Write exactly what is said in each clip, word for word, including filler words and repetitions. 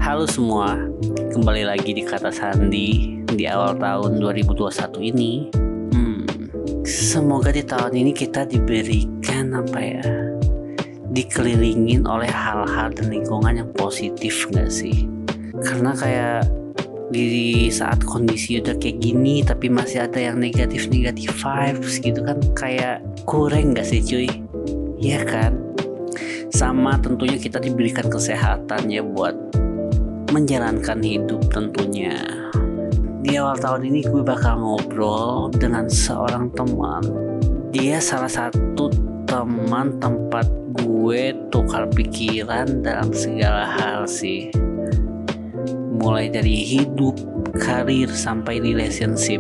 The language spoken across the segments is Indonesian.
Halo semua, kembali lagi di Kata Sandi di awal tahun dua ribu dua puluh satu ini. Hmm, semoga di tahun ini kita diberikan apa ya, dikelilingin oleh hal-hal dan lingkungan yang positif gak sih? Karena kayak di saat kondisi udah kayak gini tapi masih ada yang negatif-negatif vibes gitu kan, kayak kurang gak sih cuy? Iya kan? Sama tentunya kita diberikan kesehatan ya buat menjalankan hidup tentunya. Di awal tahun ini gue bakal ngobrol dengan seorang teman. Dia salah satu teman tempat gue tukar pikiran dalam segala hal sih. Mulai dari hidup, karir, sampai relationship.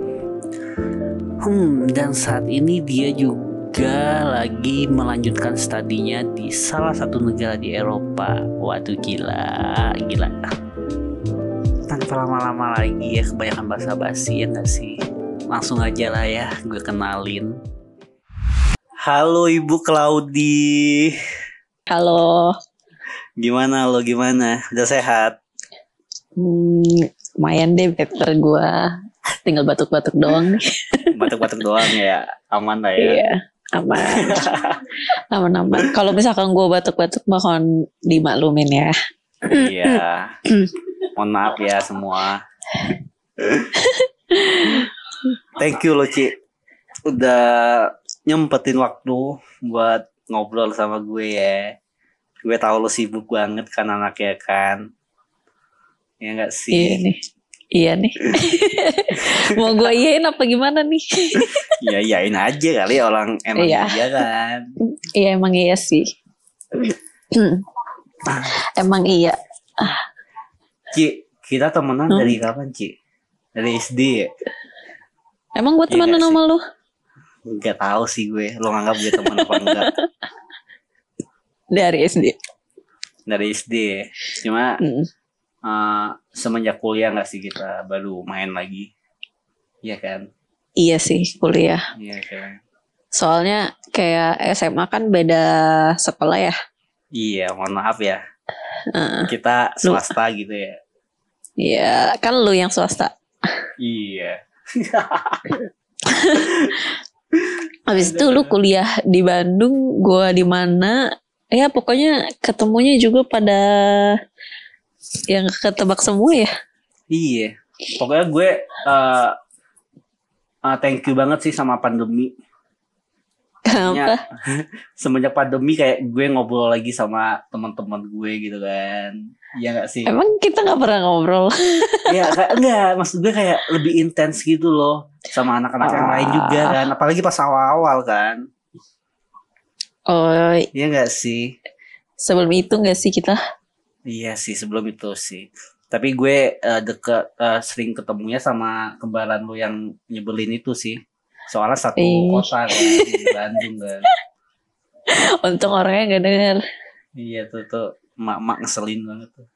Hmm, dan saat ini dia juga lagi melanjutkan studinya di salah satu negara di Eropa. Waduh, gila, gila. Tanpa lama-lama lagi ya, kebanyakan basa-basi ya gak sih? Langsung aja lah ya, gue kenalin. Halo Ibu Claudi. Halo. Gimana lo, gimana? Udah sehat? Hmm, lumayan deh, better gue. Tinggal batuk-batuk doang nih. Batuk-batuk doang ya, aman lah ya. Iya, aman. Aman-aman. Kalau misalkan gue batuk-batuk mohon dimaklumin ya. Iya. Mohon maaf ya semua. Thank you loh Ci, udah nyempetin waktu buat ngobrol sama gue ya. Gue tahu lo sibuk banget kan anaknya kan. Ya gak sih? Iya nih. Iya nih. Mau gue iyain apa gimana nih? Ya iyain aja kali, orang emang iya, iya kan. Iya emang iya sih. Emang iya. Ci, kita temenan hmm? dari kapan Ci? Dari S D ya? Emang gue temenan ya, sama lu? Gak tahu sih gue, lo nganggap gue teman apa enggak? Dari S D. Dari S D ya. Cuma hmm. uh, semenjak kuliah gak sih kita baru main lagi? Iya kan? Iya sih, kuliah. Iya kan. Soalnya kayak S M A kan beda sekolah ya. Iya, mohon maaf ya. Uh, kita swasta lu. Gitu ya. Iya, kan lu yang swasta. Iya. Habis itu lu kuliah di Bandung, gua di mana? Ya pokoknya ketemunya juga pada yang ketebak semua ya. Iya. Pokoknya gue uh, uh, thank you banget sih sama pandemi. Kenapa? Semenjak pandemi kayak gue ngobrol lagi sama teman-teman gue gitu kan. Iya gak sih? Emang kita gak pernah ngobrol? Iya enggak, maksud gue kayak lebih intens gitu loh sama anak-anak ah. yang lain juga kan. Apalagi pas awal-awal kan. Oh iya gak sih? Sebelum itu gak sih kita? Iya sih sebelum itu sih. Tapi gue uh, deket uh, sering ketemunya sama kembaran lu yang nyebelin itu sih. Soalnya satu eh. kota kan di Bandung kan. Untung orangnya gak denger. Iya tuh tuh mak-mak ngeselin banget tuh.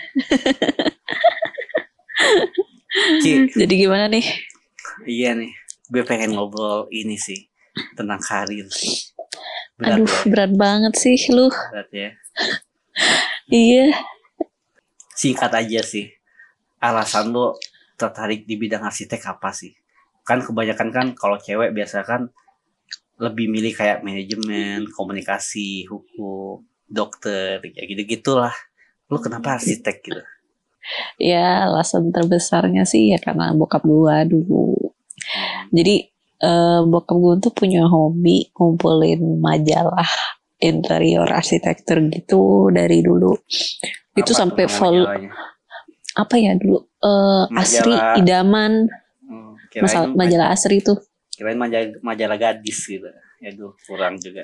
Ci, jadi gimana nih? Iya nih, gue pengen ngobrol ini sih tentang karir sih. Berat Aduh ya? Berat banget sih lu. Berat ya. Iya. Singkat aja sih. Alasan lo tertarik di bidang arsitek apa sih? Kan kebanyakan kan kalau cewek biasa kan lebih milih kayak manajemen, komunikasi, hukum, dokter, ya gitu-gitulah. Lu kenapa arsitek gitu? Ya alasan terbesarnya sih ya karena bokap gua dulu. Hmm. Jadi eh, bokap gua tuh punya hobi ngumpulin majalah interior arsitektur gitu dari dulu. Apa itu sampai vol apa ya dulu uh, Asri Idaman. Hmm, Masal- majalah Asri itu. Kirain majalah, majalah gadis gitu. Ya tuh kurang juga.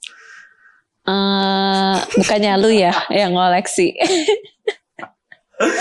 Uh, bukannya lu ya yang ngoleksi.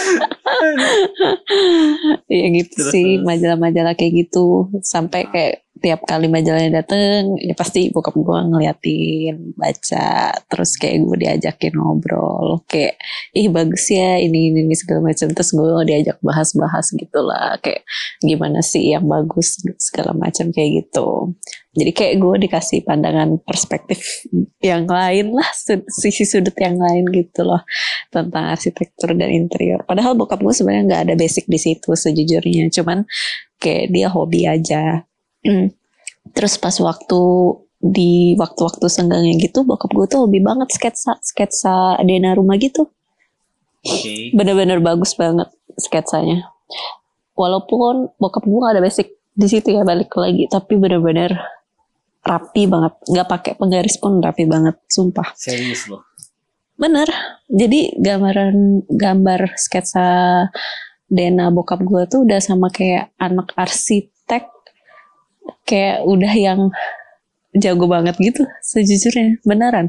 Ya gitu terus, sih terus. Majalah-majalah kayak gitu sampai kayak tiap kali majalahnya dateng ya pasti bokap gue ngeliatin baca, terus kayak gue diajakin ngobrol kayak ih bagus ya ini ini, ini segala macam, terus gue diajak bahas-bahas gitulah kayak gimana sih yang bagus segala macam kayak gitu. Jadi kayak gue dikasih pandangan perspektif yang lain lah, sisi sudut yang lain gitu loh tentang arsitektur dan interior. Padahal bokap gue sebenarnya nggak ada basic di situ sejujurnya, cuman kayak dia hobi aja. Hmm. Terus pas waktu di waktu-waktu senggangnya gitu, bokap gue tuh hobi banget sketsa sketsa Dena rumah gitu. Okay. Bener-bener bagus banget sketsanya. Walaupun bokap gue gak ada basic di situ ya, balik lagi, tapi bener-bener rapi banget, nggak pakai penggaris pun rapi banget, sumpah. Serius loh. Bener. Jadi gambaran gambar sketsa Dena bokap gue tuh udah sama kayak anak arsitek, kayak udah yang jago banget gitu sejujurnya, beneran.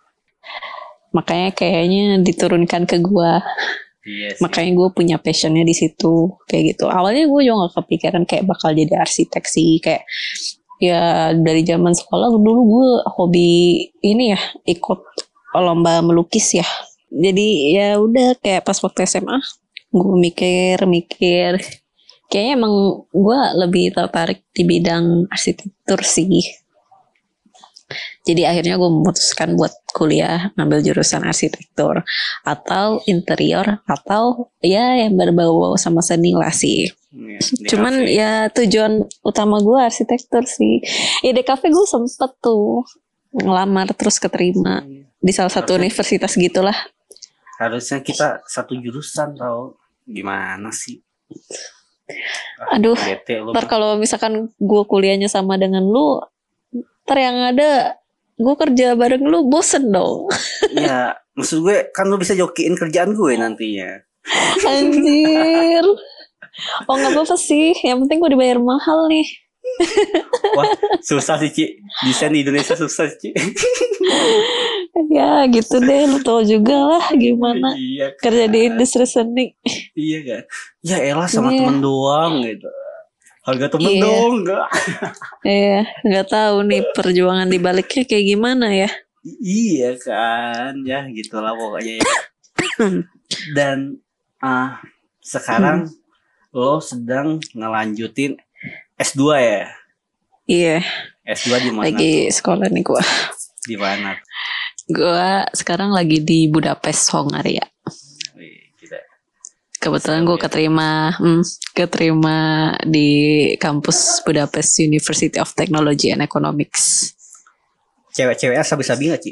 Makanya kayaknya diturunkan ke gue. Yes, Makanya gue punya passionnya di situ kayak gitu. Awalnya gue juga gak kepikiran kayak bakal jadi arsitek sih, kayak ya dari zaman sekolah dulu gue hobi ini ya, ikut lomba melukis ya. Jadi ya udah kayak pas waktu S M A gue mikir-mikir kayaknya emang gue lebih tertarik di bidang arsitektur sih. Jadi akhirnya gue memutuskan buat kuliah ngambil jurusan arsitektur atau interior atau ya yang berbau-bau sama seni lah sih. Ya, Cuman kafe. ya tujuan utama gue arsitektur sih. Ya di kafe gue sempet tuh ngelamar terus keterima di salah satu Harusnya- universitas gitulah. Harusnya kita satu jurusan tau. Gimana sih? Ah, Aduh, bete lu. ntar kalau misalkan gue kuliahnya sama dengan lu, ntar yang ada gue kerja bareng lu bosen dong. Ya, maksud gue kan lu bisa jokiin kerjaan gue nantinya. Anjir. Oh nggak apa-apa sih, yang penting gue dibayar mahal nih. Wah, susah sih, Ci. Desain di Indonesia susah sih, Ci. Ya gitu deh, lu tau juga lah gimana Iya kan? kerja di industri seni. Iya kan? Ya elah sama Iya. temen doang gitu. Harga temen Iya. dong, enggak. Iya, nggak tahu nih perjuangan di baliknya kayak gimana ya. Iya kan, ya gitulah pokoknya ya. Dan ah sekarang lo sedang ngelanjutin S dua ya? Iya, S dua di mana? lagi sekolah nih gue. Di mana? Gue sekarang lagi di Budapest, Hongaria. Wih, gila. Kebetulan gue keterima, hmm, keterima di kampus Budapest University of Technology and Economics. Cewek-ceweknya sabi-sabi gak, Ci?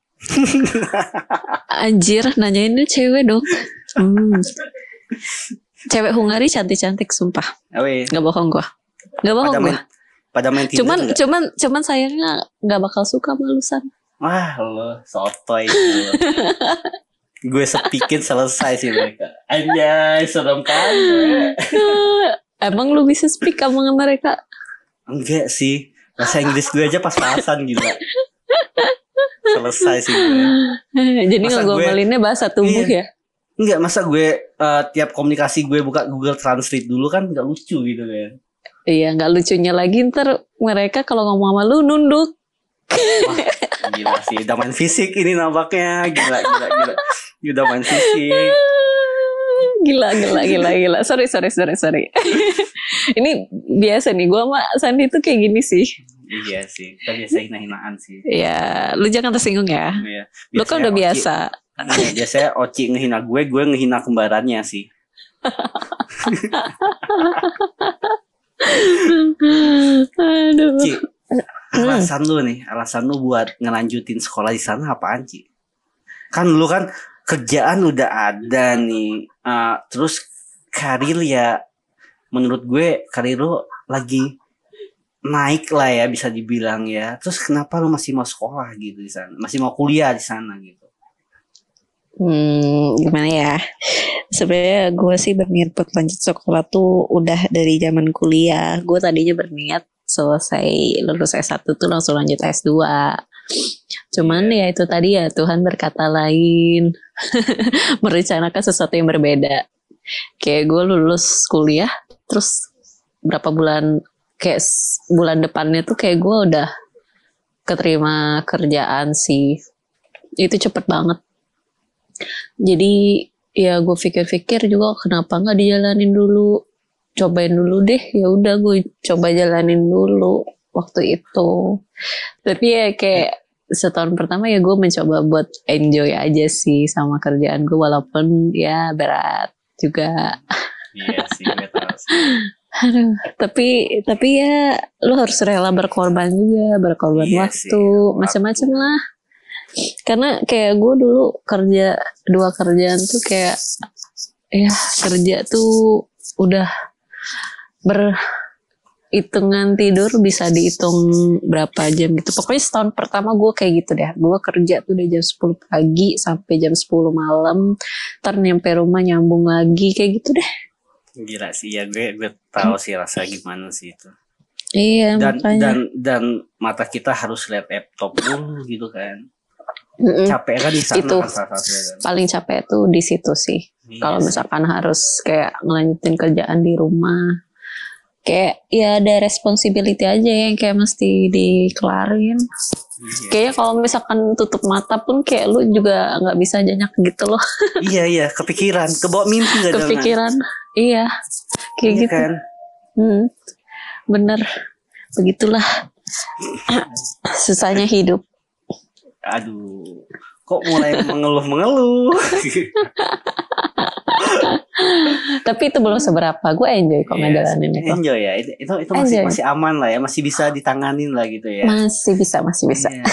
Anjir, nanyainnya cewek dong. Hmm. Cewek Hungari cantik-cantik, sumpah. Awe, Gak bohong gue. Gak bohong pada gue. main, pada main Tinder Cuman, nggak? cuman, cuman sayangnya gak bakal suka malusan. Wah, lo sotoy lo. Gue sepikin selesai sih mereka. Anjay, serem kali. Emang lu bisa speak sama mereka? Enggak sih. Bahasa Inggris gue aja pas-pasan gila. Selesai sih gue. Jadi Masa ngogomalinnya bahasa tubuh Iya. ya? Enggak, masa gue uh, tiap komunikasi gue buka Google Translate dulu kan gak lucu gitu kan. Iya, nggak lucunya lagi ntar mereka kalau ngomong sama lu nunduk. Wah, gila sih. Udah main fisik ini nampaknya. Gila, gila, gila. Udah main fisik. Gila, gila, gila, gila. Sorry, sorry, sorry, sorry. Ini biasa nih, gue sama Sandi tuh kayak gini sih. Iya sih. Kita biasa hina-hinaan sih. Ya, lu jangan tersinggung ya. Iya. Lu kan udah Oci- biasa. Iya, biasanya Oci ngehina gue, gue ngehina kembarannya sih. Aduh. Ci, alasan lu nih, alasan lu buat ngelanjutin sekolah di sana apaan, Ci? Kan lu kan kerjaan udah ada nih, uh, terus karir ya, menurut gue karir lu lagi naik lah ya bisa dibilang ya. Terus kenapa lu masih mau sekolah gitu di sana, masih mau kuliah di sana gitu? Hmm, gimana ya? Sebenarnya gue sih berniat buat lanjut sekolah tuh udah dari zaman kuliah. Gue tadinya berniat selesai lulus S satu tuh langsung lanjut S dua. Cuman ya itu tadi ya Tuhan berkata lain. Merencanakan sesuatu yang berbeda. Kayak gue lulus kuliah terus berapa bulan kayak bulan depannya tuh kayak gue udah keterima kerjaan sih. Itu cepet banget. Jadi ya gue pikir-pikir juga kenapa nggak dijalanin dulu, cobain dulu deh. Ya udah gue coba jalanin dulu waktu itu. Tapi ya kayak setahun pertama ya gue mencoba buat enjoy aja sih sama kerjaan gue, walaupun ya berat juga. Iya sih, gue tahu sih. Aduh, tapi tapi ya lu harus rela berkorban juga, berkorban Iya waktu, sih, macam-macam lah. Karena kayak gue dulu kerja dua kerjaan tuh kayak ya kerja tuh udah berhitungan tidur bisa dihitung berapa jam gitu. Pokoknya setahun pertama gue kayak gitu deh. Gue kerja tuh dari jam sepuluh pagi sampai jam sepuluh malam. Ntar nyampe rumah nyambung lagi kayak gitu deh. Gila sih ya, gue gue tahu sih rasa gimana sih itu. Iya, Dan makanya. dan dan mata kita harus lihat laptop dulu gitu kan. Mm-mm. Capek kan di sana Itu kan salah satunya kan. paling capek tuh di situ sih. Iya Kalau sih. misalkan harus kayak ngelanjutin kerjaan di rumah, kayak ya ada responsibility aja yang kayak mesti dikelarin. Iya. Kayaknya kalau misalkan tutup mata pun kayak lu juga nggak bisa janyak gitu loh. Iya iya, kepikiran, kebawa mimpi gak dengan. Kepikiran, iya, kayak Iya gitu. kan. Hmm, bener, begitulah susahnya hidup. Aduh, kok mulai mengeluh-mengeluh. Tapi itu belum seberapa, gue enjoy kok Iya, ngejalanin itu. enjoy ya. Itu itu, itu masih Enjoy. masih aman lah ya, masih bisa ditanganin lah gitu ya. Masih bisa, masih bisa. Iya.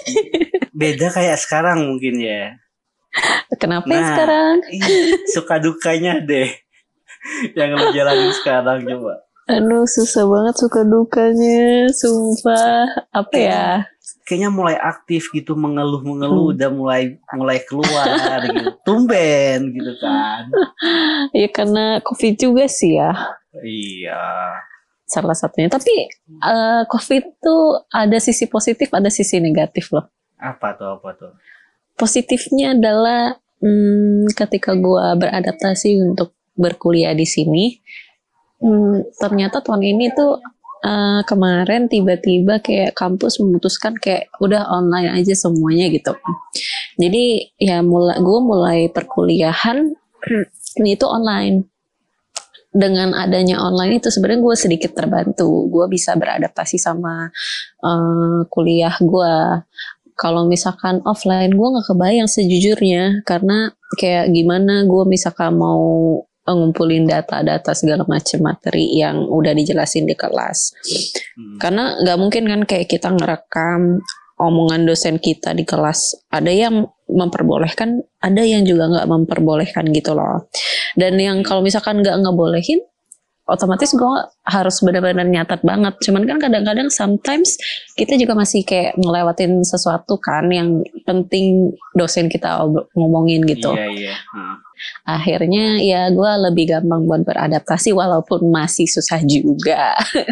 Beda kayak sekarang mungkin ya. Kenapa ya Nah, sekarang? iya, suka dukanya deh yang lu jalanin sekarang coba. Aduh, susah banget suka dukanya, sumpah. Apa ya? Kayaknya mulai aktif gitu, mengeluh-mengeluh, Hmm. udah mulai mulai keluar gitu. Tumben gitu kan. Ya karena COVID juga sih ya, Iya. salah satunya. Tapi eh, COVID tuh ada sisi positif, ada sisi negatif loh. Apa tuh apa tuh? Positifnya adalah hmm, ketika gue beradaptasi untuk berkuliah di sini, hmm, ternyata tahun ini tuh uh, kemarin tiba-tiba kayak kampus memutuskan kayak udah online aja semuanya gitu. Jadi ya mulai gue mulai perkuliahan itu online. Dengan adanya online itu sebenarnya gue sedikit terbantu. Gue bisa beradaptasi sama uh, kuliah gue. Kalau misalkan offline gue nggak kebayang sejujurnya, karena kayak gimana gue misalkan mau ngumpulin data-data segala macam materi yang udah dijelasin di kelas. Hmm. Karena nggak mungkin kan kayak kita ngerekam omongan dosen kita di kelas. Ada yang memperbolehkan, ada yang juga nggak memperbolehkan gitu loh. Dan yang kalau misalkan nggak ngebolehin, otomatis gue harus benar-benar nyatat banget. Cuman kan kadang-kadang sometimes kita juga masih kayak ngelewatin sesuatu kan yang penting dosen kita ngomongin gitu. Iya, iya. Hmm. Akhirnya ya gue lebih gampang buat beradaptasi walaupun masih susah juga.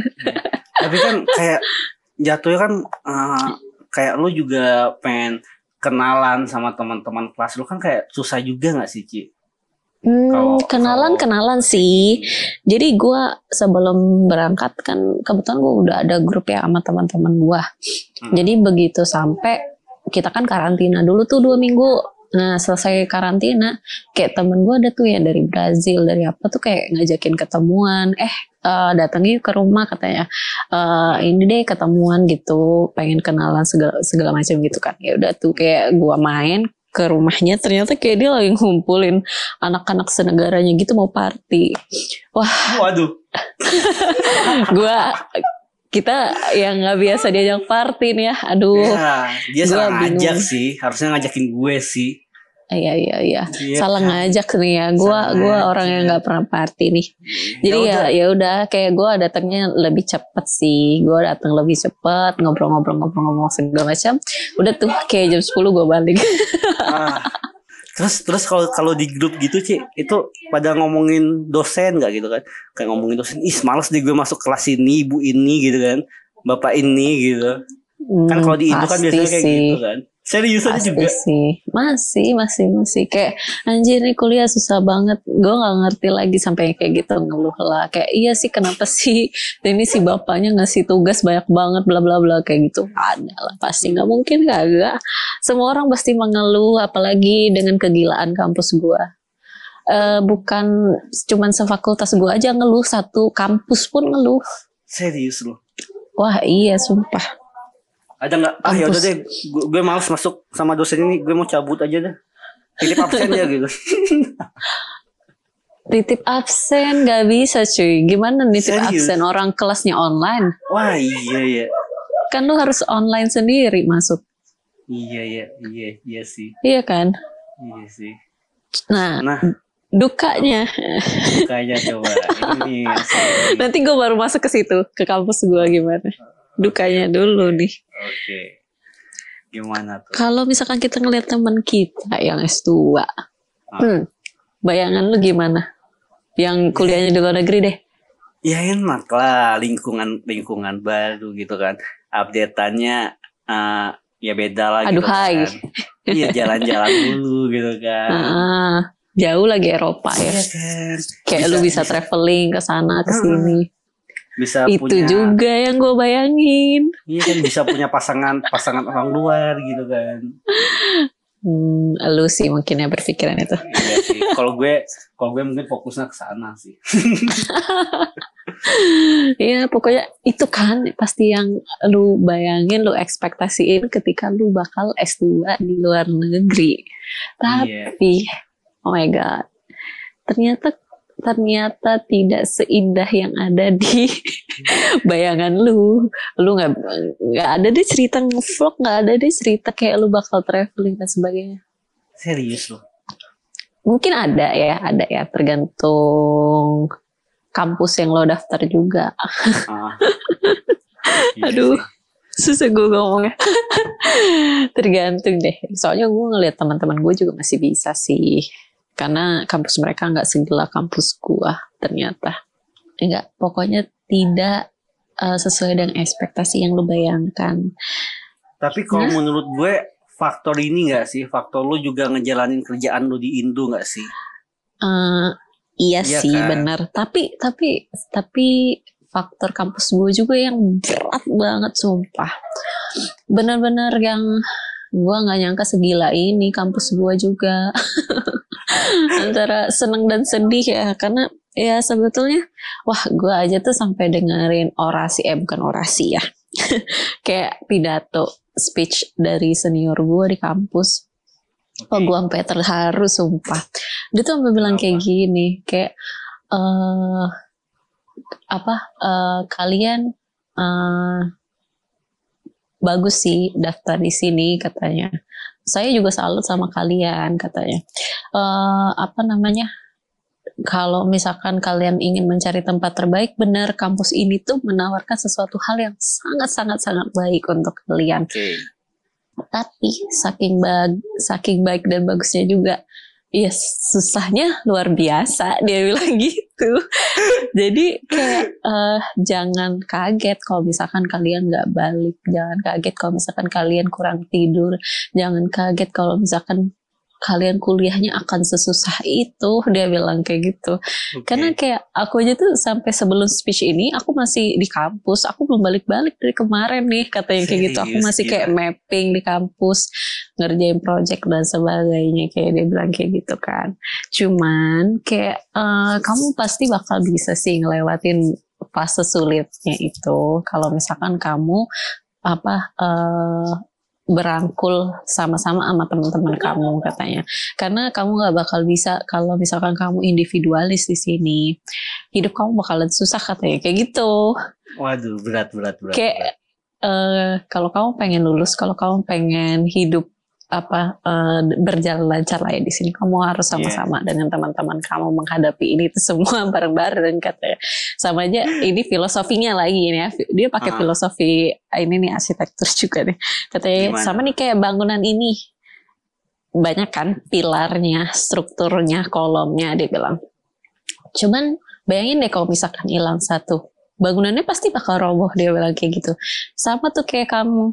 Tapi kan kayak jatuhnya kan uh, kayak lu juga pengen kenalan sama teman-teman kelas lu, kan kayak susah juga nggak sih, Ci? Hmm, kenalan-kenalan sih. Jadi gue sebelum berangkat kan kebetulan gue udah ada grup ya sama teman-teman gue. Hmm. Jadi begitu sampai kita kan karantina dulu tuh dua minggu. Nah selesai karantina kayak temen gue ada tuh ya dari Brazil, dari apa tuh kayak ngajakin ketemuan. Eh uh, datangin ke rumah katanya. Uh, ini deh ketemuan gitu, pengen kenalan segala segala macam gitu kan. Ya udah tuh kayak gue main ke rumahnya, ternyata kayak dia lagi ngumpulin anak-anak senegaranya gitu mau party. Wah, waduh. Gua kita yang nggak biasa diajak party nih ya, aduh. Ya, dia salah ngajak sih, harusnya ngajakin gue sih. Iya iya iya, salah kan ngajak nih ya. Gue gue orang yang nggak pernah party nih. Jadi ya ya udah kayak gue datangnya lebih cepet sih. Gue datang lebih cepet, ngobrol-ngobrol-ngobrol-ngobrol segala macam. Udah tuh kayak jam sepuluh gue balik. Ah. Terus terus kalau kalau di grup gitu Ci, itu pada ngomongin dosen nggak gitu kan? Kayak ngomongin dosen, ih males deh gue masuk kelas ini, ibu ini gitu kan, bapak ini gitu. Hmm, kan kalau di Indo kan biasanya kayak sih. gitu kan. Seriusan Pasti juga. sih, masih, masih, masih kayak anjir nih kuliah susah banget. Gue nggak ngerti lagi sampai kayak gitu ngeluh lah. Kayak iya sih kenapa sih ini si bapaknya ngasih tugas banyak banget bla bla bla kayak gitu. Ada lah pasti nggak mungkin kagak. Semua orang pasti mengeluh apalagi dengan kegilaan kampus gue. Eh, bukan cuman sefakultas gue aja ngeluh, satu kampus pun ngeluh. Serius loh. Wah iya sumpah. Ada nggak? Ah ya udah Kampus deh, gue, gue males masuk sama dosen ini, gue mau cabut aja deh. Titip absen ya gitu. titip absen gak bisa cuy. Gimana nitip Serius? absen orang kelasnya online? Wah iya ya, Kan lu harus online sendiri masuk. iya ya, iya iya sih, Iya kan? iya sih. Nah, Nah, dukanya kayaknya coba ini sih. nanti gue baru masuk ke situ, ke kampus gue gimana. Dukanya dulu nih. Oke, gimana tuh? Kalau misalkan kita ngeliat teman kita yang S dua, hmm, bayangan lu gimana? Yang kuliahnya di luar negeri deh. Ya enak lah, lingkungan lingkungan baru gitu kan. Update-annya uh, ya beda lah Aduh gitu hai. kan. Iya jalan-jalan dulu gitu kan. Ah, jauh lagi Eropa ya. Iya kan. Kayak lu bisa traveling ke sana ke sini. Bisa Itu punya, juga yang gue bayangin. iya kan bisa punya pasangan pasangan orang luar gitu kan. Hmm, lu sih mungkin ya berpikiran itu. Iya sih. Kalau gue kalau gue mungkin fokusnya ke sana sih. Iya pokoknya itu kan pasti yang lu bayangin, lu ekspektasiin ketika lu bakal S dua di luar negeri. Tapi yeah. Oh my god, ternyata ternyata tidak seindah yang ada di bayangan lu. Lu nggak nggak ada deh cerita nge-vlog, nggak ada deh cerita kayak lu bakal traveling dan sebagainya. Serius loh? Mungkin ada ya, ada ya tergantung kampus yang lo daftar juga. Ah, Aduh, susah gue ngomongnya. Tergantung deh. Soalnya gue ngeliat teman-teman gue juga masih bisa sih. Karena kampus mereka nggak segila kampus gue ternyata. Enggak, pokoknya tidak uh, sesuai dengan ekspektasi yang lo bayangkan. Tapi kalau nah? menurut gue faktor ini nggak sih? Faktor lo juga ngejalanin kerjaan lo di Indo nggak sih? Uh, iya, iya sih kan? Bener. Tapi tapi tapi faktor kampus gue juga yang berat banget sumpah. Bener-bener yang gue nggak nyangka segila ini kampus gue juga. Antara seneng dan sedih ya, karena ya sebetulnya wah gue aja tuh sampai dengerin orasi eh bukan orasi ya kayak pidato speech dari senior gue di kampus. Oh gue sampai terharu sumpah. Dia tuh sampai bilang kayak gini, kayak uh, apa uh, kalian uh, bagus sih daftar di sini katanya. Saya juga salut sama kalian katanya. Uh, apa namanya? Kalau misalkan kalian ingin mencari tempat terbaik, benar kampus ini tuh menawarkan sesuatu hal yang sangat-sangat-sangat baik untuk kalian. Okay. Tapi saking baik, saking baik dan bagusnya juga, ya susahnya luar biasa, dia bilang gitu. Jadi kayak uh, jangan kaget kalau misalkan kalian nggak balik, jangan kaget kalau misalkan kalian kurang tidur, jangan kaget kalau misalkan kalian kuliahnya akan sesusah itu, dia bilang kayak gitu. Okay. Karena kayak aku aja tuh sampai sebelum speech ini aku masih di kampus, aku belum balik-balik dari kemarin nih katanya kayak gitu. Aku masih kayak mapping di kampus, ngerjain project dan sebagainya, kayak dia bilang kayak gitu kan. Cuman kayak uh, kamu pasti bakal bisa sih ngelewatin fase sulitnya itu kalau misalkan kamu apa uh, berangkul sama-sama sama teman-teman kamu katanya. Karena kamu nggak bakal bisa kalau misalkan kamu individualis di sini, hidup kamu bakalan susah katanya kayak gitu. Waduh, berat berat berat. Kayak uh, kalau kamu pengen lulus, kalau kamu pengen hidup apa uh, berjalan lancar lah ya di sini, kamu harus sama-sama yeah. dengan teman-teman kamu menghadapi ini itu semua bareng-bareng katanya. Sama aja ini filosofinya lagi nih ya, dia pakai uh. filosofi ini nih arsitektur juga nih katanya. Gimana? Sama nih kayak bangunan ini banyak kan pilarnya, strukturnya, kolomnya, dia bilang. Cuman bayangin deh kalau misalkan hilang satu, bangunannya pasti bakal roboh, dia bilang kayak gitu. Sama tuh kayak kamu,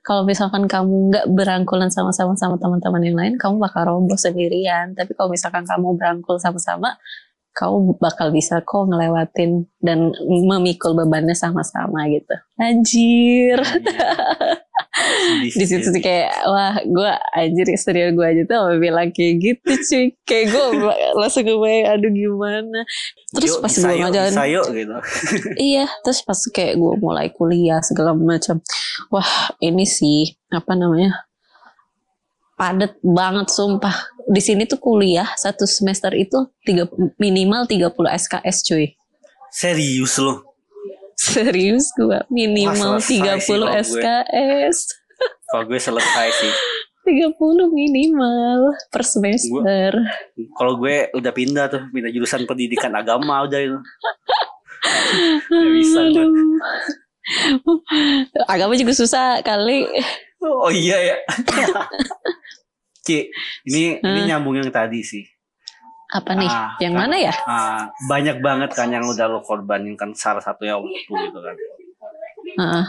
kalau misalkan kamu nggak berangkulan sama-sama sama teman-teman yang lain, kamu bakal roboh sendirian. Tapi kalau misalkan kamu berangkul sama-sama, kamu bakal bisa kok ngelewatin dan memikul bebannya sama-sama gitu. Anjir. Di situ sih kayak wah gue anjir serius gue aja tuh apa bilang kayak gitu cuy, kayak gue langsung kebayang aduh gimana. Terus Yuk, pas bisa gue yuk, ngajarin bisa yuk gitu. iya, terus pas kayak gue mulai kuliah segala macam, wah ini sih apa namanya padet banget sumpah. Di sini tuh kuliah satu semester itu tiga, minimal tiga puluh S K S cuy. Serius loh. Serius gue minimal Wah, tiga selesai sih puluh kalau S gue. K S. Kalau gue selesai sih. tiga puluh minimal per semester. Kalau gue udah pindah tuh, pindah jurusan pendidikan agama udah itu. Gak bisa gue. Agama juga susah kali. Oh iya ya. Ci, ini ini Hmm. nyambung yang tadi sih. Apa nih? Ah, Yang kan, mana ya? ah, banyak banget kan yang udah lo korbanin kan, salah satunya waktu gitu kan. Heeh.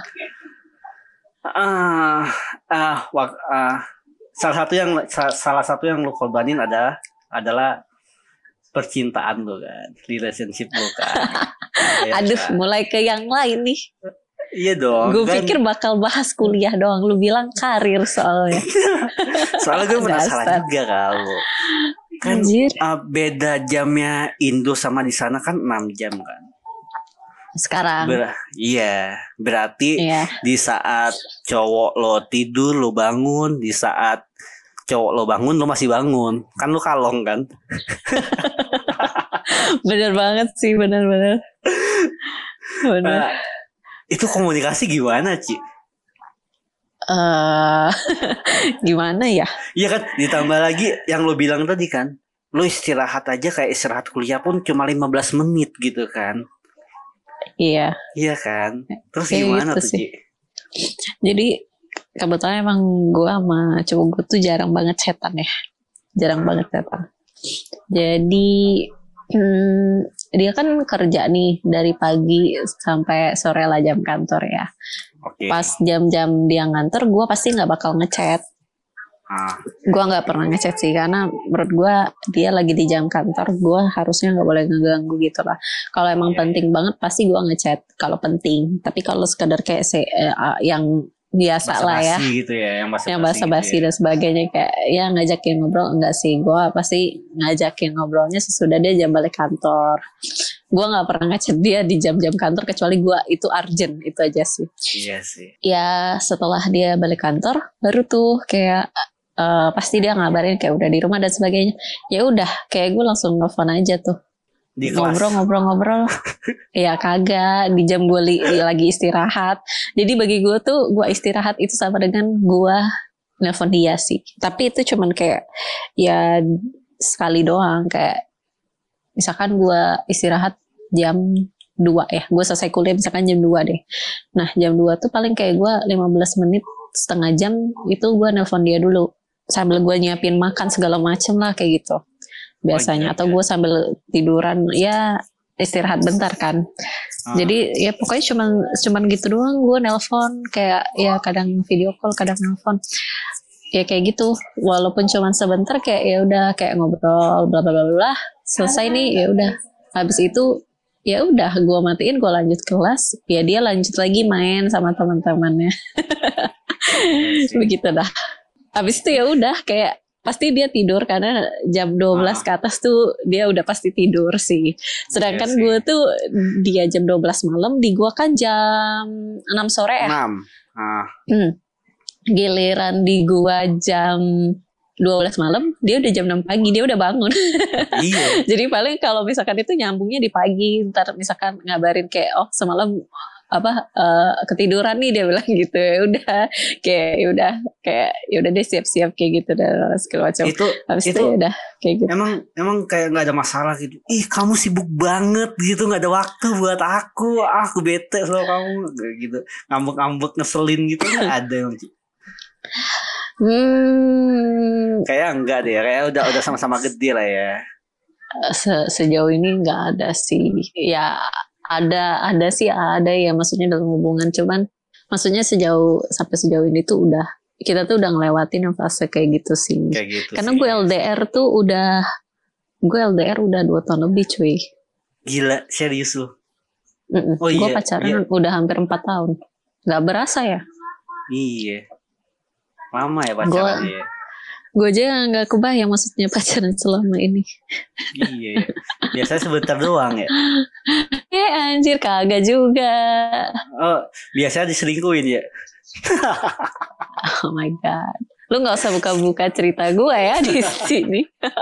Ah, ah, wak- ah, salah satu yang sa- salah satu yang lo korbanin ada adalah percintaan lo kan, relationship lo kan. Ya Aduh, kan? mulai ke yang lain nih. Iya dong. Gue kan? pikir bakal bahas kuliah doang. Lu bilang karir soalnya. Soalnya gue penasaran Dasar. juga kalau kan Anjir. uh, beda jamnya Indo sama di sana kan enam jam kan. Sekarang. Ber- iya, berarti Iya. di saat cowok lo tidur lo bangun, di saat cowok lo bangun lo masih bangun, kan lo kalong kan? Bener banget sih, bener-bener. Bener. Uh, itu komunikasi gimana Ci? Eh, gimana ya? Iya kan, ditambah lagi yang lo bilang tadi kan, lo istirahat aja kayak istirahat kuliah pun cuma lima belas menit gitu kan. Iya. Iya kan. Terus Kayak gimana gitu tuh sih. Ci? Jadi kebetulan emang gue sama cowok gue tuh jarang banget chatan ya. Jarang banget chatan. Jadi hmm, dia kan kerja nih dari pagi sampai sore lah jam kantor ya. Oke. Pas jam-jam dia ngantor, gue pasti nggak bakal ngechat. Ah, Gue nggak pernah ngechat sih, karena menurut gue dia lagi di jam kantor, gue harusnya nggak boleh ngeganggu gitu lah. Kalau emang Iya, penting banget pasti gue ngechat kalau penting. Tapi kalau sekedar kayak se eh, ah, yang biasa lah ya, basa-basi gitu ya, yang basa-basi yang gitu basa-basi ya. dan sebagainya, kayak ya ngajakin ngobrol enggak sih, gue pasti ngajakin ngobrolnya sesudah dia jam balik kantor. Gue nggak pernah ngechat dia di jam-jam kantor kecuali gue itu urgent, itu aja sih. Iya sih. Ya setelah dia balik kantor baru tuh kayak eh, pasti dia ngabarin kayak udah di rumah dan sebagainya. Ya udah kayak gue langsung nelfon aja tuh, Di kelas. ngobrol-ngobrol-ngobrol. Ya kagak, di jam gue li- lagi istirahat. Jadi bagi gue tuh gue istirahat itu sama dengan gue nelfon dia sih. Tapi itu cuman kayak ya sekali doang, kayak misalkan gue istirahat jam dua ya, gue selesai kuliah misalkan jam dua deh. Nah jam dua tuh paling kayak gue lima belas menit setengah jam itu gue nelpon dia dulu sambil gue nyiapin makan segala macem lah kayak gitu biasanya. Oh, iya, Atau iya. gue sambil tiduran ya istirahat bentar kan. Ah. Jadi ya pokoknya cuman cuman gitu doang gue nelpon, kayak ya kadang video call kadang nelpon ya kayak gitu, walaupun cuman sebentar, kayak ya udah kayak ngobrol bla bla bla bla, selesai nih ya udah. Habis itu ya udah gue matiin, gue lanjut kelas, ya dia lanjut lagi main sama teman-temannya. Begitu dah. Habis itu ya udah kayak pasti dia tidur karena jam dua belas ke atas tuh dia udah pasti tidur sih. Sedangkan Iya sih. gue tuh dia jam dua belas malam, di gue kan jam enam sore ya. enam. Ah, Hmm. Giliran di gua jam dua belas malam, dia udah jam enam pagi, dia udah bangun. iya. Jadi paling kalau misalkan itu nyambungnya di pagi, ntar misalkan ngabarin kayak oh semalam apa eh, ketiduran nih, dia bilang gitu. Ya udah kayak ya udah kayak ya udah deh siap-siap kayak gitu dan segala macam. Itu Habis itu itu ya udah kayak gitu. emang emang kayak nggak ada masalah gitu. Ih kamu sibuk banget gitu, nggak ada waktu buat aku. Ah, aku bete sama kamu kayak gitu. Ngambek-ngambek ngeselin gitu nggak ada yang Ci? Hmm, Kayak enggak deh, kayak udah udah sama-sama gede lah ya. se- sejauh ini nggak ada sih. Ya ada ada sih ada ya, maksudnya dalam hubungan, cuman Maksudnya sejauh sampai sejauh ini tuh udah kita tuh udah ngelewatin yang fase kayak gitu sih. Kayak gitu Karena sih. gue L D R tuh udah gue L D R udah dua tahun lebih cuy. Gila, serius lu? Mm-mm. Oh Gue iya, pacaran iya. udah hampir empat tahun. Gak berasa ya? Iya. Lama ya pacarannya ya. Gue aja gak kebayang maksudnya pacaran selama ini. Iya ya. Biasanya sebentar doang ya. Eh anjir kagak juga. Oh, biasanya diselingkuhin ya. Oh my god. Lu gak usah buka-buka cerita gue ya di sini.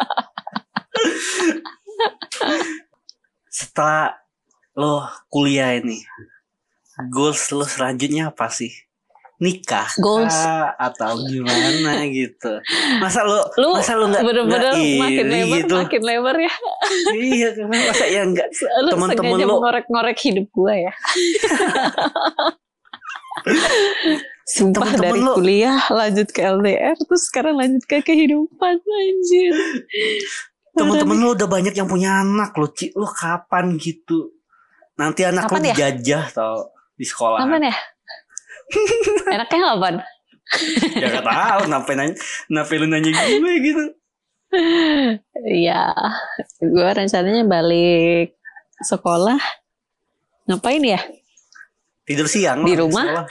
Setelah lo kuliah ini, goals lo selanjutnya apa sih? Nikah Goals kah? Atau gimana gitu? Masa lo lu masa lo nggak bener-bener nggak makin iri lebar gitu? makin lebar ya. Iya, masa ya nggak Lu teman-teman sengaja lo mengorek-ngorek hidup gue ya. Sumpah Temen-temen dari lo- kuliah lanjut ke L D R terus sekarang lanjut ke kehidupan anjir. teman-teman lo udah banyak yang punya anak lo, Ci. Lo kapan gitu? Nanti anak Kapan lo ya? dijajah tau di sekolah. Kapan ya? Enaknya kapan? Ya gak tahu, kenapa nanya, kenapa lu nanya gue gitu? Ya, gue rencananya balik sekolah. Ngapain ya? Tidur siang Di lah, rumah? sekolah.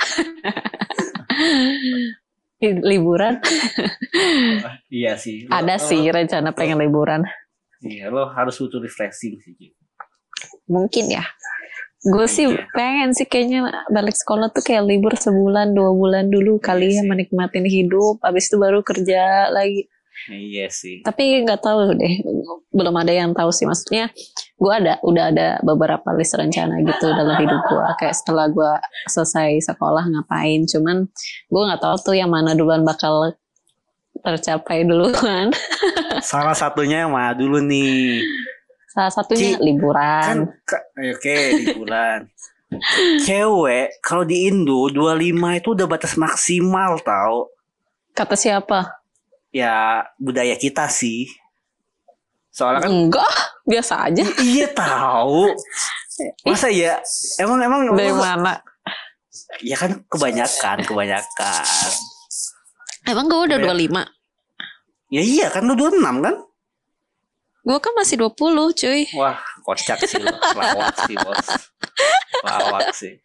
Liburan? Ah, iya sih. Lo- Ada lo- sih rencana pengen liburan. Iya, lo harus butuh refreshing sih, Ci. Mungkin ya. Gue sih Iya. pengen sih kayaknya balik sekolah tuh kayak libur sebulan dua bulan dulu kali ya Iya sih. menikmatin hidup. Abis itu baru kerja lagi. Iya sih. Tapi nggak tahu deh, belum ada yang tahu sih. Maksudnya gue ada, udah ada beberapa list rencana gitu dalam hidup gue. Kayak setelah gue selesai sekolah ngapain. Cuman gue nggak tahu tuh yang mana duluan bakal tercapai duluan. Salah satunya yang mana dulu nih? Salah satunya Ci, liburan. Kan, ka- eh, oke, liburan. Cewek, kalau di Indo, dua puluh lima itu udah batas maksimal tau. Kata siapa? Ya, budaya kita sih. Soalnya kan, Enggak, biasa aja. iya tahu. Masa ya? Emang emang Dari lo- mana? ya kan kebanyakan, kebanyakan. Emang gue udah Kayak- dua puluh lima. Ya iya kan lu dua puluh enam kan? Gue kan masih dua puluh cuy. Wah, kocak sih lo. Lawak sih, Bos. Lawak sih.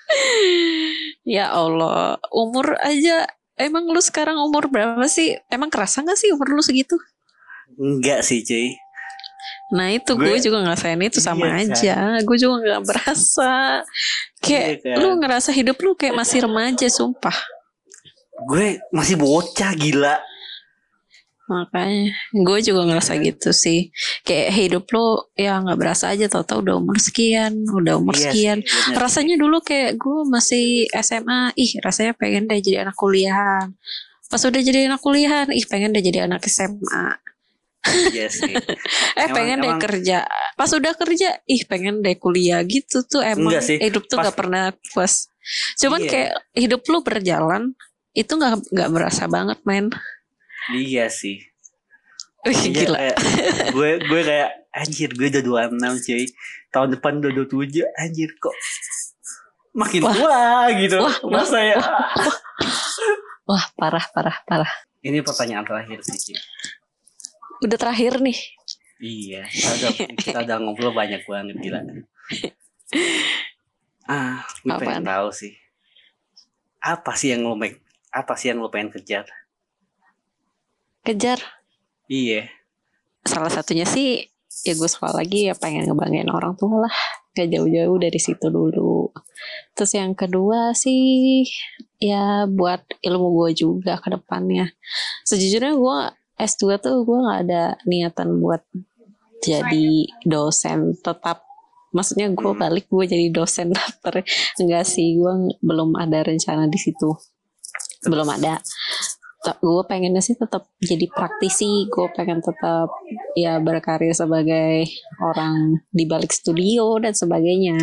Ya Allah, umur aja. Emang lu sekarang umur berapa sih? Emang kerasa gak sih umur lu segitu? Enggak sih, cuy. Nah itu Gue- gue juga ngerasain itu sama Iya, kan? aja. Gue juga gak berasa. Kayak Iya, kan? lu ngerasa hidup lu kayak masih remaja sumpah. Gue masih bocah gila. Makanya gue juga ngerasa gitu sih. Kayak hidup lu ya gak berasa aja. Tau-tau udah umur sekian. Udah umur Iya sekian. sih, bener Rasanya dulu kayak gue masih S M A. Ih rasanya pengen deh jadi anak kuliahan. Pas udah jadi anak kuliahan. Ih pengen deh jadi anak S M A. sih. Iya sih. Eh Emang- pengen deh emang- kerja. Pas udah kerja, ih pengen deh kuliah gitu tuh emang. Enggak sih. Hidup tuh Pas- gak pernah puas. Cuman Iya. kayak hidup lu berjalan itu gak, gak berasa banget men. Iya sih. Wih Iya, gila. kayak, gue gue kayak anjir gue udah dua puluh enam cuy. Tahun depan udah dua puluh tujuh anjir kok makin Wah. tua gitu. Wah, wah, Masa ya? Wah parah parah parah. Ini pertanyaan terakhir sih, Ci. Udah terakhir nih. Iya, kita udah, kita udah ngobrol banyak banget gila. Ah, gue pengen Apaan? tahu sih. Apa sih yang lo make, apa sih yang lo pengen kejar? Kejar. Iya. Salah satunya sih ya gue sekolah lagi ya pengen ngebanggain orang tua lah. Gak jauh-jauh dari situ dulu. Terus yang kedua sih ya buat ilmu gue juga ke depannya. Sejujurnya gue S dua tuh gue gak ada niatan buat jadi dosen tetap. Maksudnya gue balik gue jadi dosen daftar. Enggak sih, gue belum ada rencana di situ. Belum ada. Gue pengennya sih tetap jadi praktisi. Gue pengen tetap ya berkarir sebagai orang di balik studio dan sebagainya.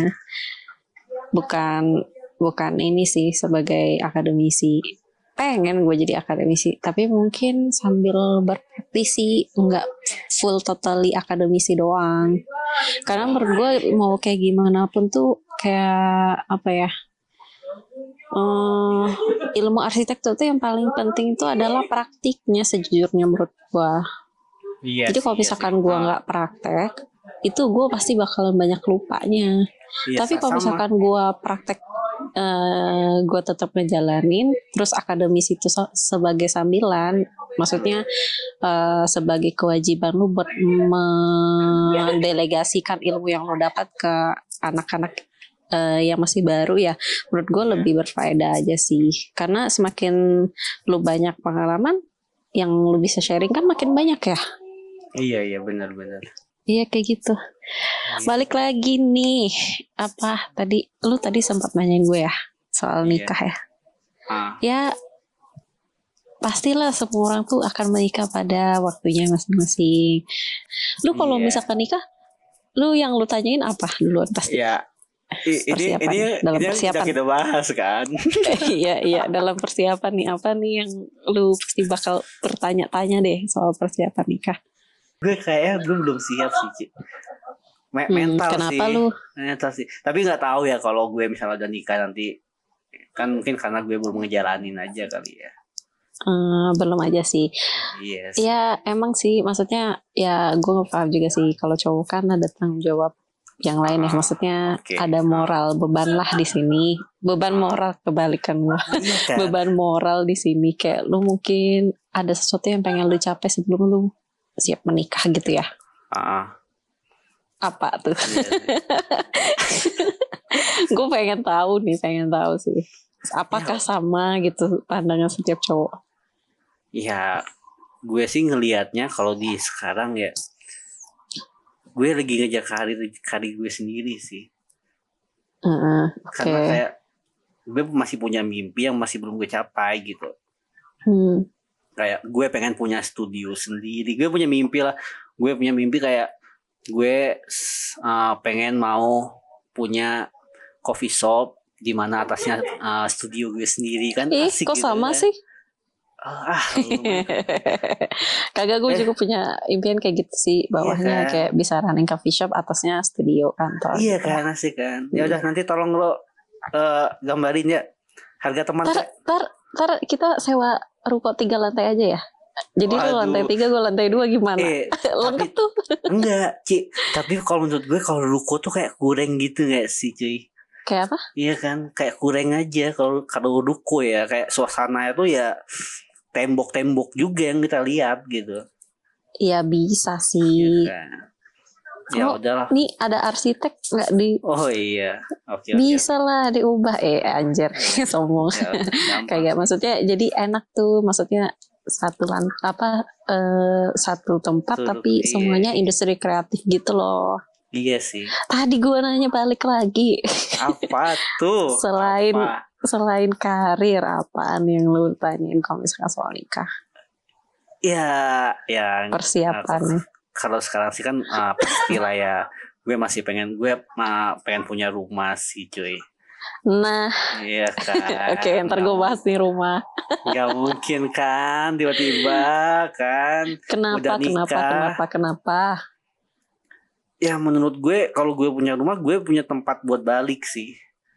Bukan bukan ini sih sebagai akademisi. Pengen gue jadi akademisi, tapi mungkin sambil berpraktisi, nggak full totally akademisi doang. Karena menurut gue mau kayak gimana pun tuh kayak apa ya? eh, ilmu arsitektur tuh yang paling penting itu adalah praktiknya sejujurnya menurut gua. Iya Jadi sih, kalau iya misalkan sih. gua Ah, nggak praktek, itu gua pasti bakalan banyak lupanya. iya Tapi sa- kalau sama. misalkan gua praktek, eh gua tetap ngejalanin, terus akademis itu se- sebagai sambilan, maksudnya eh, sebagai kewajiban lu buat mendelegasikan ilmu yang lu dapat ke anak-anak eh, yang masih baru ya, menurut gue Iya. lebih berfaedah aja sih. Karena semakin lu banyak pengalaman yang lu bisa sharing kan makin banyak ya. Iya iya benar-benar. Iya kayak gitu. Iya. Balik lagi nih, apa tadi lu tadi sempat nanyain gue ya soal Iya. nikah ya. Ah, Ya pastilah semua orang tuh akan menikah pada waktunya masing-masing. Lu kalau Iya. misalkan nikah, lu yang lu tanyain apa duluan pasti? ya I- ini Persiapan, ini dalam ini yang kita persiapan. kita bahas kan. Iya iya dalam persiapan nih apa nih yang lu pasti bakal bertanya-tanya deh soal persiapan nikah. Gue kayaknya gue belum siap sih, Ci. Me- Hmm, mental kenapa sih. lu? Mental sih. Tapi nggak tahu ya kalau gue misalnya udah nikah nanti, kan mungkin karena gue belum ngejalanin aja kali ya. Hmm, belum aja sih. Yes. Ya emang sih maksudnya ya gue paham juga sih kalau cowok kan ada tanggung jawab yang lain ya, maksudnya Oke. ada moral beban lah di sini, beban moral kebalikan gua. Iya kan? Beban moral di sini kayak lu mungkin ada sesuatu yang pengen lu capai sebelum lu siap menikah gitu ya. Ah, Apa tuh? iya. Gue pengen tahu nih, pengen tahu sih. Apakah sama gitu pandangan setiap cowok? Ya, gue sih ngelihatnya kalau di sekarang ya, gue lagi ngejar karir karir gue sendiri sih. Heeh, Karena oke. kayak gue masih punya mimpi yang masih belum gue capai gitu. Hmm, Kayak gue pengen punya studio sendiri. Gue punya mimpi lah. Gue punya mimpi kayak gue uh, pengen mau punya coffee shop di mana atasnya uh, studio gue sendiri kan. Ih, Asik kok gitu sama kan. sih? Ah, lumayan. Kagak, gue Eh. juga punya impian kayak gitu sih. Bawahnya kan? kayak bisa running coffee shop, atasnya studio kantor. Iya gitu. kan, asik kan. Ya udah nanti tolong lo uh, gambarin ya harga teman. Ntar, Kak. ntar, ntar kita sewa ruko tiga lantai aja ya. Jadi lu Waduh. lantai tiga, gue lantai dua gimana? Eh, Lengkap tapi tuh. enggak, Ci. Tapi kalau menurut gue kalau ruko tuh kayak kurang gitu gak sih, cuy? Kayak apa? Iya kan, kayak kurang aja kalau kalau ruko ya, kayak suasananya tuh ya tembok-tembok juga yang kita lihat gitu. Iya bisa Iya sih. kan. Ya Oh, udahlah. nih ada arsitek nggak di? Oh iya, oke oke. Bisa lah diubah. Eh anjir, sombong. Ya, gampang. Kayak maksudnya jadi enak tuh, maksudnya satu lan apa eh, satu tempat Satu- tapi iya. semuanya industri kreatif gitu loh. Iya sih. Tadi gue nanya balik lagi. Apa tuh? Selain Apa? selain karir apaan yang lu tanyain kalau misalkan soal nikah? Ya, ya. Persiapannya. Kalau sekarang sih kan uh, pastilah ya. Gue masih pengen gue uh, pengen punya rumah sih, cuy. Nah, Iya kan. oke ntar gue bahas nih rumah. Gak mungkin kan tiba-tiba kan. Kenapa, Udah nikah. kenapa, kenapa, kenapa? Ya menurut gue kalau gue punya rumah gue punya tempat buat balik sih.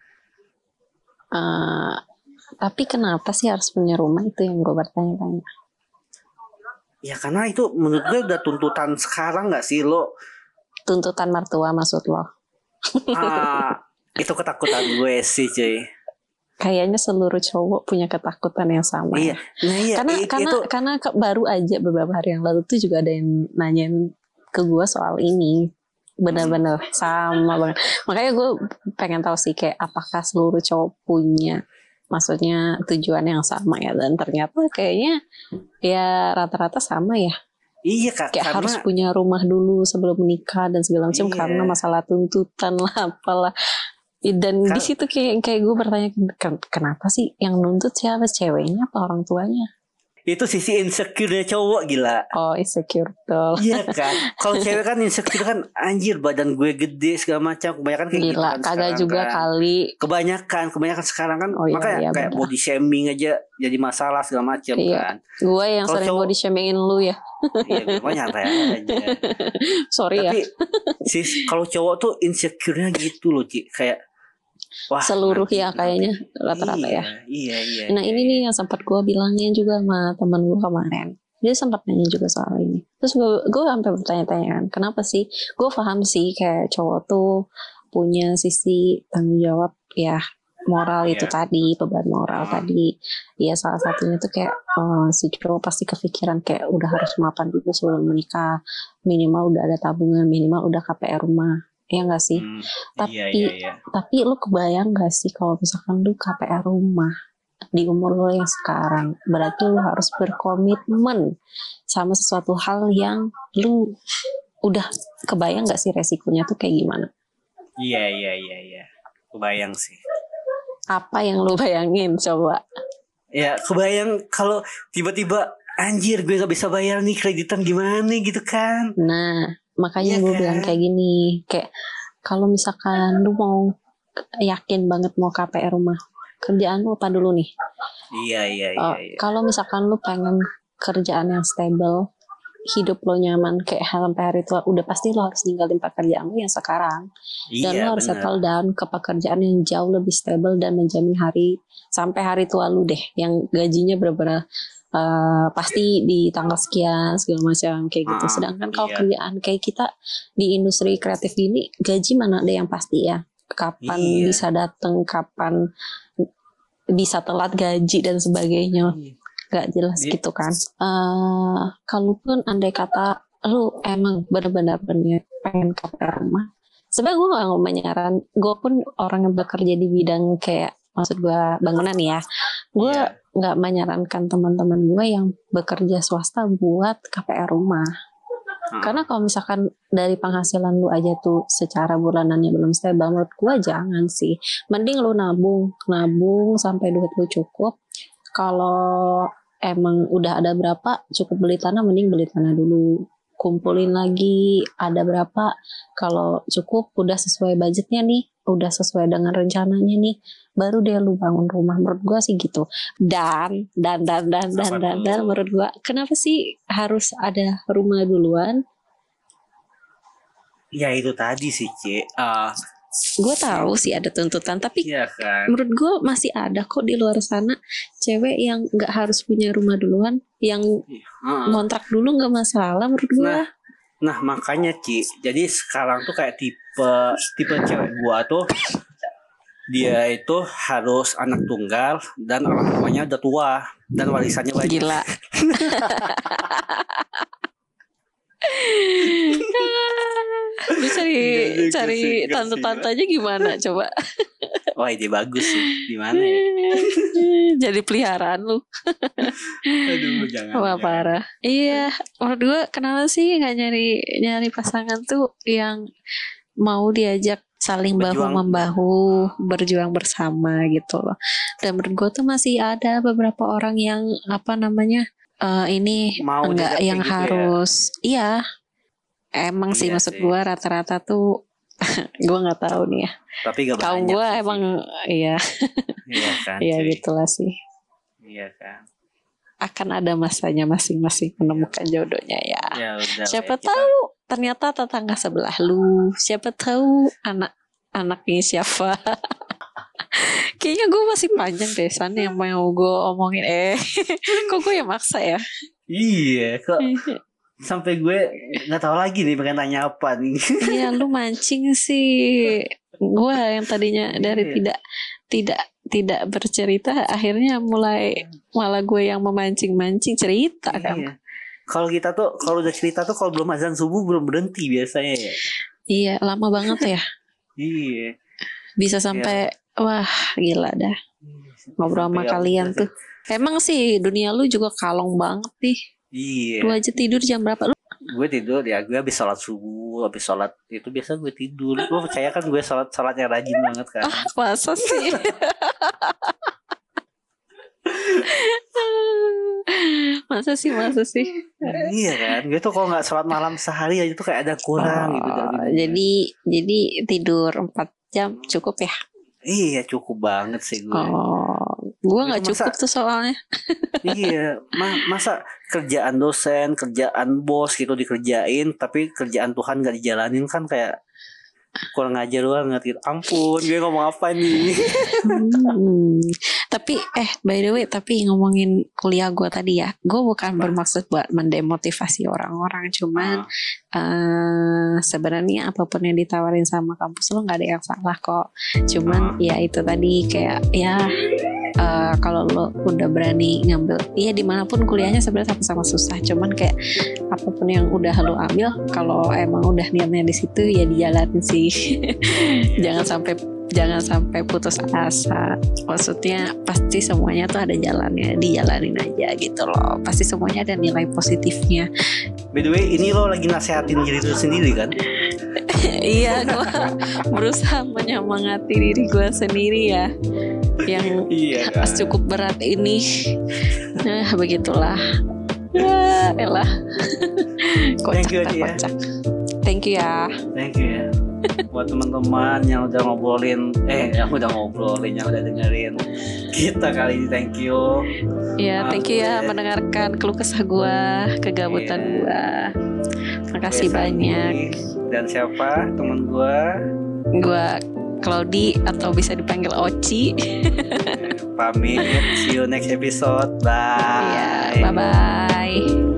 Eh, tapi kenapa sih harus punya rumah, itu yang gue bertanya-tanya. Ya karena itu menurut gue udah tuntutan sekarang gak sih lo? Tuntutan mertua maksud lo? Ah, itu ketakutan gue sih cuy. Kayaknya seluruh cowok punya ketakutan yang sama. Iya. Nah, iya. Karena i- karena itu karena ke- baru aja beberapa hari yang lalu tuh juga ada yang nanyain ke gue soal ini. Benar-benar sama banget. Makanya gue pengen tahu sih kayak apakah seluruh cowok punya maksudnya tujuan yang sama ya, dan ternyata kayaknya ya rata-rata sama ya. iya kak, Kayak karena harus punya rumah dulu sebelum menikah dan segala macam Iya. karena masalah tuntutan lah apalah. Dan Kan- di situ kayak kayak gue bertanya, "Ken- kenapa sih yang nuntut siapa, ceweknya apa orang tuanya?" itu sisi insecure cowok gila. Oh, insecure betul. Iya kan. Kalau cewek kan insecure kan anjir badan gue gede segala macam. Kebanyakan kayak gitu Gila, kan kagak sekarang juga kan. kali. Kebanyakan, kebanyakan sekarang kan Oh, iya, makanya iya, kayak benar. body shaming aja jadi masalah segala macam Iya. kan. Gue yang Kalau sering cowok- body shamingin lu ya. Iya, gue mah nyantai aja. Sorry ya. Tapi sis kalau cowok tuh insecure-nya gitu loh, Ci. Kayak Wah, seluruh nanti, ya kayaknya rata-rata iya, ya. Iya, iya. Nah iya, ini iya. nih yang sempat gue bilangin juga sama teman gue kemarin. Dia sempat nanya juga soal ini. Terus gue gue sampai bertanya-tanya kan, kenapa sih? Gue paham sih kayak cowok tuh punya sisi tanggung jawab ya, moral itu Iya. tadi, beban moral Ah. tadi. Ya salah satunya tuh kayak eh, si cowok pasti kepikiran kayak udah harus mapan dulu sebelum menikah. Minimal udah ada tabungan, minimal udah K P R rumah. Ya nggak sih? Hmm, Tapi iya, iya, iya. tapi lu kebayang gak sih kalau misalkan lu K P R rumah di umur lo yang sekarang, berarti lu harus berkomitmen sama sesuatu hal yang lu udah kebayang gak sih resikonya tuh kayak gimana? Iya, iya, iya, iya. Kebayang sih. Apa yang lu bayangin coba? Ya, kebayang kalau tiba-tiba anjir gue gak bisa bayar nih kreditan gimana gitu kan. Nah, makanya Iya gue kan? bilang kayak gini, kayak kalau misalkan lu mau yakin banget mau K P R rumah, kerjaan lu apa dulu nih? Iya, iya, iya, Uh, iya. kalau misalkan lu pengen kerjaan yang stable, hidup lo nyaman kayak sampai hari tua, udah pasti lo harus ninggalin pekerjaan lo yang sekarang, dan Iya, lo harus bener. settle down ke pekerjaan yang jauh lebih stable dan menjamin hari sampai hari tua lu deh, yang gajinya bener-bener uh, pasti di tanggal sekian segala macam kayak gitu. Ah, Sedangkan kalau iya. kerjaan kayak kita di industri kreatif ini, gaji mana ada yang pasti ya? Kapan Iya. bisa datang, kapan bisa telat gaji dan sebagainya, Iya. gak jelas Di- gitu kan. Uh, kalaupun andai kata lu emang benar-benar bener pengen K P R rumah, sebenarnya gue gak mau menyaran, gue pun orang yang bekerja di bidang kayak maksud gue bangunan ya, gue Iya. gak menyarankan teman-teman gue yang bekerja swasta buat K P R rumah. Ah. Karena kalau misalkan dari penghasilan lu aja tuh secara bulanannya belum stable, menurut gue jangan sih. Mending lu nabung, nabung sampai duit lu cukup. Kalau emang udah ada berapa, cukup beli tanah, mending beli tanah dulu. Kumpulin lagi, ada berapa. Kalau cukup, udah sesuai budgetnya nih, udah sesuai dengan rencananya nih, baru deh lu bangun rumah. Menurut gue sih gitu. Dan, dan, dan, dan, dan, Apa dan, tuh? dan, menurut gue, kenapa sih harus ada rumah duluan? Ya itu tadi sih, Ci. Ah, Gue tahu sih ada tuntutan, tapi iya kan. menurut gue masih ada kok di luar sana cewek yang nggak harus punya rumah duluan, yang Ah. ngontrak dulu nggak masalah menurut gue. Nah, nah makanya Ci, jadi sekarang tuh kayak tipe tipe cewek gua tuh dia itu harus anak tunggal dan orang tuanya udah tua dan warisannya banyak. Gila. Lu cari Gak cari sih, gak tante-tante sih. aja gimana coba? Wah ide bagus sih. Di mana ya? Jadi peliharaan lu. Aduh jangan. Wah jangan. parah. Iya, menurut gue kenapa sih nggak nyari nyari pasangan tuh yang mau diajak saling bahu Berjuang. membahu, berjuang bersama gitu loh. Dan menurut gue tuh masih ada beberapa orang yang apa namanya eh, ini Mau enggak diajak yang kayak gitu ya? harus, iya. Emang sih Iya maksud sih. gue rata-rata tuh gue nggak tahu nih ya. Tapi gak banyak. Kaum gue sih, emang Ci. iya, Iya kan. iya cuy. gitulah sih. Iya kan. Akan ada masanya masing-masing menemukan jodohnya ya. Ya udah. Siapa ya, kita- tahu ternyata tetangga sebelah lu. Siapa tahu anak-anaknya siapa. Kayaknya gue masih panjang deh San yang mau gue omongin. Eh, kok gue yang maksa ya? Iya kok sampai gue nggak tahu lagi nih pengen tanya apa nih. Iya, lu mancing sih. Gue yang tadinya dari Iya. tidak tidak tidak bercerita, akhirnya mulai malah gue yang memancing-mancing cerita kan. Iya. Kalau kita tuh kalau udah cerita tuh kalau belum azan subuh belum berhenti biasanya ya. Iya, lama banget ya. Iya. Bisa sampai wah gila dah ngobrol sama Sampai ya kalian udah tuh. Emang sih dunia lu juga kalong banget nih. Iya. Lu aja tidur jam berapa lu? Gue tidur ya gue habis sholat subuh habis sholat itu biasa gue tidur. Gue percaya kan gue sholat sholatnya rajin banget kan. Ah, masa sih? masa sih masa sih? Iya kan. Gue tuh kalau nggak sholat malam sehari aja tuh kayak ada kurang gitu. Oh, dari jadi jadi tidur empat jam cukup ya? Iya cukup banget sih gue. Oh, gue nggak Itu masa- cukup tuh soalnya. Iya, ma- masa kerjaan dosen, kerjaan bos gitu dikerjain, tapi kerjaan Tuhan gak dijalanin kan kayak kurang ajar banget gitu. Ampun, gue ngomong apa nih? Hmm. Tapi eh by the way, tapi ngomongin kuliah gue tadi ya, gue bukan bermaksud buat mendemotivasi orang-orang, cuman uh, sebenarnya apapun yang ditawarin sama kampus lo nggak ada yang salah kok. Cuman ya itu tadi kayak ya uh, kalau lo udah berani ngambil, ya dimanapun kuliahnya sebenarnya sama-sama susah. Cuman kayak apapun yang udah lo ambil, kalau emang udah niatnya di situ ya dijalanin sih. Jangan sampai jangan sampai putus asa. Maksudnya pasti semuanya tuh ada jalannya, dijalanin aja gitu loh. Pasti semuanya ada nilai positifnya. By the way, ini lo lagi nasehatin diri lo sendiri kan? Iya, gue berusaha menyemangati diri gue sendiri ya, yang iya, kan? cukup berat ini. Nah begitulah. Ya elah. Kocak dah, kocak. Thank you ya. Thank you ya. Buat teman-teman yang udah ngobrolin, eh yang udah ngobrolin, yang udah dengerin kita kali ini, thank you. Iya, thank you ya mendengarkan keluh kesah gue, kegabutan yeah. gue. Makasih okay, banyak. Dan siapa teman gue? Gue Claudi atau bisa dipanggil Oci. Pamit, see you next episode. Bye. Iya, bye bye.